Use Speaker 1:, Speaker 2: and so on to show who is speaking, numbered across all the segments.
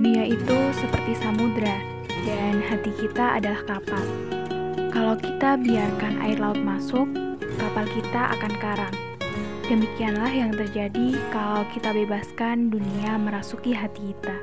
Speaker 1: Dunia itu seperti samudra, dan hati kita adalah kapal. Kalau kita biarkan air laut masuk, kapal kita akan karam. Demikianlah yang terjadi kalau kita bebaskan dunia merasuki hati kita.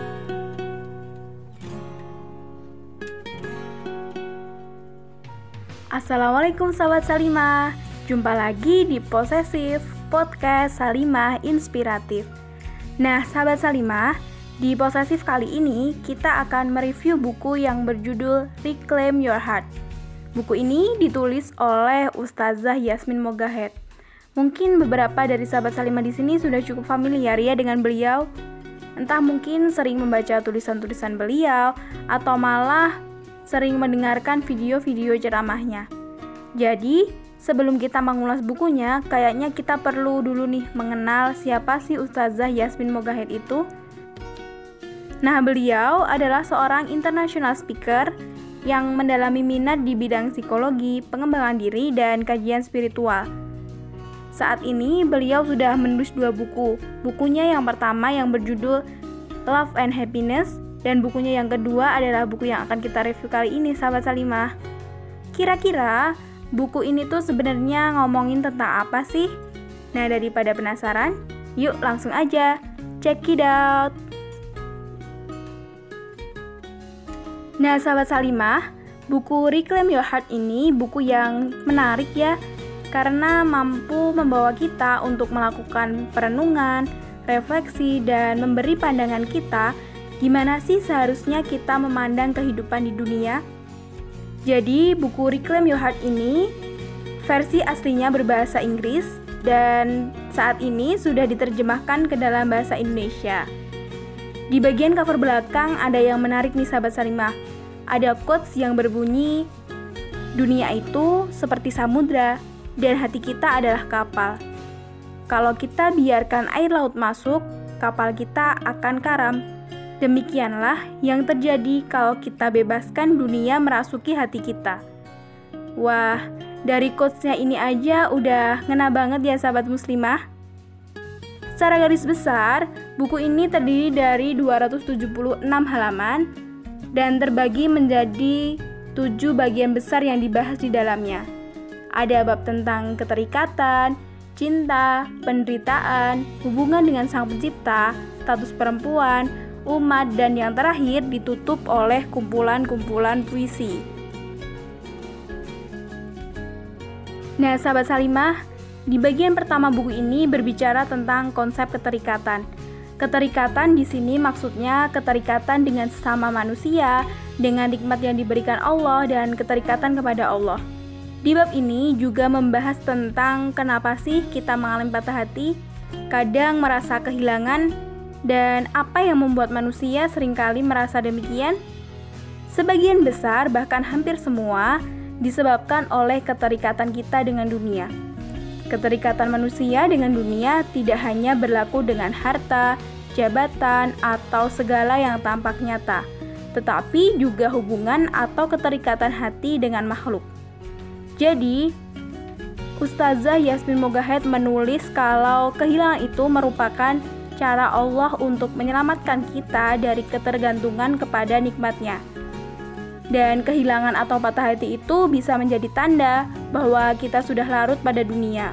Speaker 1: Assalamualaikum sahabat Salimah. Jumpa lagi di Posesif Podcast Salimah Inspiratif. Nah, sahabat Salimah, di Posesif kali ini kita akan mereview buku yang berjudul Reclaim Your Heart. Buku ini ditulis oleh Ustazah Yasmin Mogahed. Mungkin beberapa dari sahabat Salimah di sini sudah cukup familiar ya dengan beliau. Entah mungkin sering membaca tulisan-tulisan beliau atau malah sering mendengarkan video-video ceramahnya. Jadi, sebelum kita mengulas bukunya, kayaknya kita perlu dulu nih mengenal siapa sih Ustazah Yasmin Mogahed itu. Nah, beliau adalah seorang international speaker yang mendalami minat di bidang psikologi, pengembangan diri, dan kajian spiritual. Saat ini, beliau sudah menulis 2 buku. Bukunya yang pertama yang berjudul Love and Happiness, dan bukunya yang kedua adalah buku yang akan kita review kali ini, sahabat Salimah. Kira-kira buku ini tuh sebenarnya ngomongin tentang apa sih? Nah, daripada penasaran, yuk langsung aja check it out. Nah, sahabat Salimah, buku Reclaim Your Heart ini buku yang menarik ya, karena mampu membawa kita untuk melakukan perenungan, refleksi, dan memberi pandangan kita gimana sih seharusnya kita memandang kehidupan di dunia. Jadi, buku Reclaim Your Heart ini versi aslinya berbahasa Inggris dan saat ini sudah diterjemahkan ke dalam bahasa Indonesia. Di bagian cover belakang ada yang menarik nih sahabat Salimah. Ada quotes yang berbunyi, dunia itu seperti samudra dan hati kita adalah kapal. Kalau kita biarkan air laut masuk, kapal kita akan karam. Demikianlah yang terjadi kalau kita bebaskan dunia merasuki hati kita. Wah, dari quotes-nya ini aja udah ngena banget ya sahabat muslimah. Secara garis besar, buku ini terdiri dari 276 halaman dan terbagi menjadi 7 bagian besar yang dibahas di dalamnya. Ada bab tentang keterikatan, cinta, penderitaan, hubungan dengan Sang Pencipta, status perempuan, umat, dan yang terakhir ditutup oleh kumpulan-kumpulan puisi. Nah, sahabat Salimah, di bagian pertama buku ini berbicara tentang konsep keterikatan. Keterikatan di sini maksudnya keterikatan dengan sesama manusia, dengan nikmat yang diberikan Allah, dan keterikatan kepada Allah. Di bab ini juga membahas tentang kenapa sih kita mengalami patah hati, kadang merasa kehilangan, dan apa yang membuat manusia seringkali merasa demikian. Sebagian besar, bahkan hampir semua, disebabkan oleh keterikatan kita dengan dunia. Keterikatan manusia dengan dunia tidak hanya berlaku dengan harta, jabatan, atau segala yang tampak nyata, tetapi juga hubungan atau keterikatan hati dengan makhluk. Jadi, Ustazah Yasmin Mogahed menulis kalau kehilangan itu merupakan cara Allah untuk menyelamatkan kita dari ketergantungan kepada nikmatnya. Dan kehilangan atau patah hati itu bisa menjadi tanda bahwa kita sudah larut pada dunia.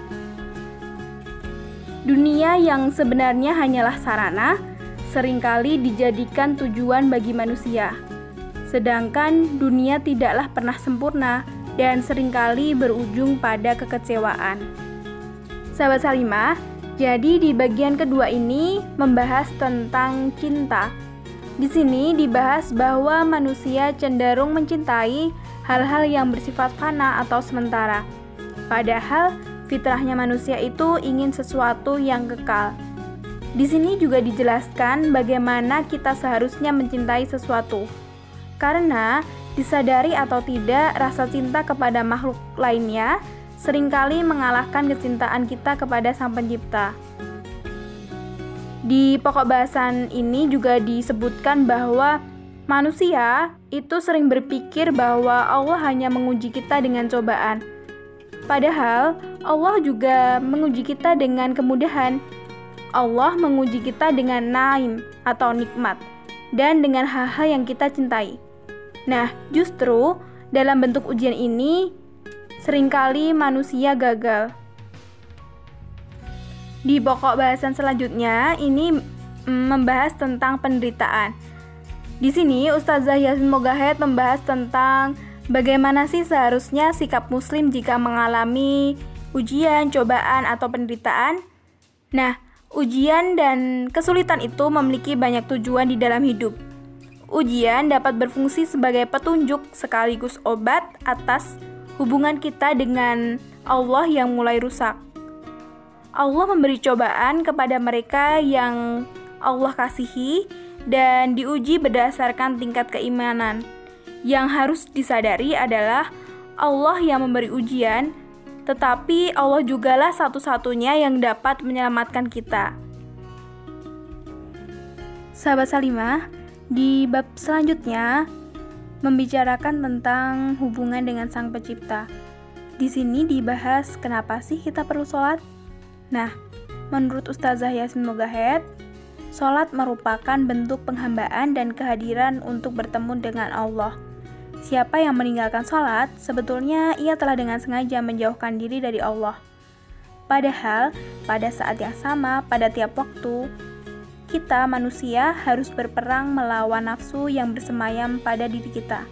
Speaker 1: Dunia yang sebenarnya hanyalah sarana, seringkali dijadikan tujuan bagi manusia. Sedangkan dunia tidaklah pernah sempurna dan seringkali berujung pada kekecewaan. Sahabat Salimah, jadi di bagian kedua ini membahas tentang cinta. Di sini dibahas bahwa manusia cenderung mencintai hal-hal yang bersifat fana atau sementara. Padahal fitrahnya manusia itu ingin sesuatu yang kekal. Di sini juga dijelaskan bagaimana kita seharusnya mencintai sesuatu. Karena disadari atau tidak, rasa cinta kepada makhluk lainnya seringkali mengalahkan kecintaan kita kepada Sang Pencipta. Di pokok bahasan ini juga disebutkan bahwa manusia itu sering berpikir bahwa Allah hanya menguji kita dengan cobaan. Padahal Allah juga menguji kita dengan kemudahan. Allah menguji kita dengan naim atau nikmat, dan dengan hal-hal yang kita cintai. Nah, justru dalam bentuk ujian ini seringkali manusia gagal. Di pokok bahasan selanjutnya ini membahas tentang penderitaan. Di sini Ustazah Yasmin Mogahed membahas tentang bagaimana sih seharusnya sikap muslim jika mengalami ujian, cobaan, atau penderitaan. Nah, ujian dan kesulitan itu memiliki banyak tujuan di dalam hidup. Ujian dapat berfungsi sebagai petunjuk sekaligus obat atas hubungan kita dengan Allah yang mulai rusak. Allah memberi cobaan kepada mereka yang Allah kasihi dan diuji berdasarkan tingkat keimanan. Yang harus disadari adalah Allah yang memberi ujian, tetapi Allah jugalah satu-satunya yang dapat menyelamatkan kita. Sahabat Salimah, di bab selanjutnya membicarakan tentang hubungan dengan Sang Pencipta. Di sini dibahas kenapa sih kita perlu sholat. Nah, menurut Ustazah Yasmin Mogahed, sholat merupakan bentuk penghambaan dan kehadiran untuk bertemu dengan Allah. Siapa yang meninggalkan sholat, sebetulnya ia telah dengan sengaja menjauhkan diri dari Allah. Padahal, pada saat yang sama, pada tiap waktu, kita manusia harus berperang melawan nafsu yang bersemayam pada diri kita.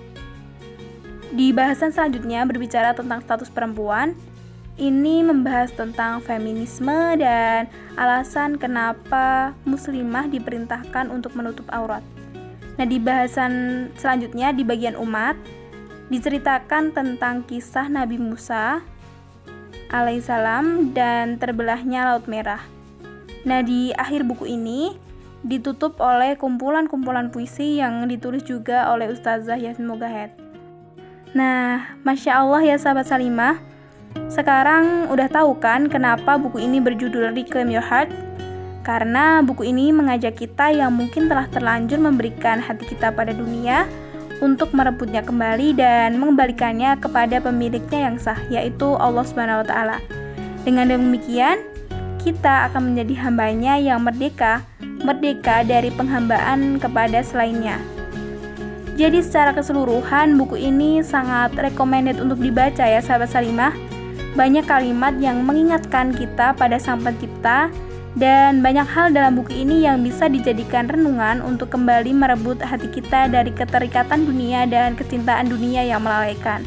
Speaker 1: Di bahasan selanjutnya berbicara tentang status perempuan. Ini membahas tentang feminisme dan alasan kenapa muslimah diperintahkan untuk menutup aurat. Nah, di bahasan selanjutnya di bagian umat diceritakan tentang kisah Nabi Musa alaihissalam dan terbelahnya Laut Merah. Nah, di akhir buku ini ditutup oleh kumpulan-kumpulan puisi yang ditulis juga oleh Ustazah Yasmin Mogahed. Nah, Masya Allah ya sahabat Salimah, sekarang udah tahu kan kenapa buku ini berjudul Reclaim Your Heart? Karena buku ini mengajak kita yang mungkin telah terlanjur memberikan hati kita pada dunia untuk merebutnya kembali dan mengembalikannya kepada pemiliknya yang sah, yaitu Allah Subhanahu wa Ta'ala. Dengan demikian, kita akan menjadi hambanya yang merdeka dari penghambaan kepada selainnya. Jadi secara keseluruhan buku ini sangat recommended untuk dibaca ya sahabat Salimah. Banyak kalimat yang mengingatkan kita pada Sang Pencipta dan banyak hal dalam buku ini yang bisa dijadikan renungan untuk kembali merebut hati kita dari keterikatan dunia dan kecintaan dunia yang melalaikan.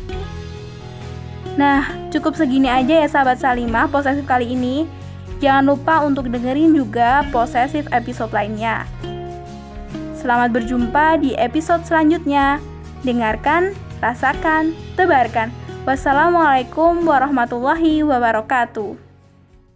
Speaker 1: Nah, cukup segini aja ya sahabat Salimah posesif kali ini. Jangan lupa untuk dengerin juga posesif episode lainnya. Selamat berjumpa di episode selanjutnya. Dengarkan, rasakan, tebarkan. Wassalamualaikum warahmatullahi wabarakatuh.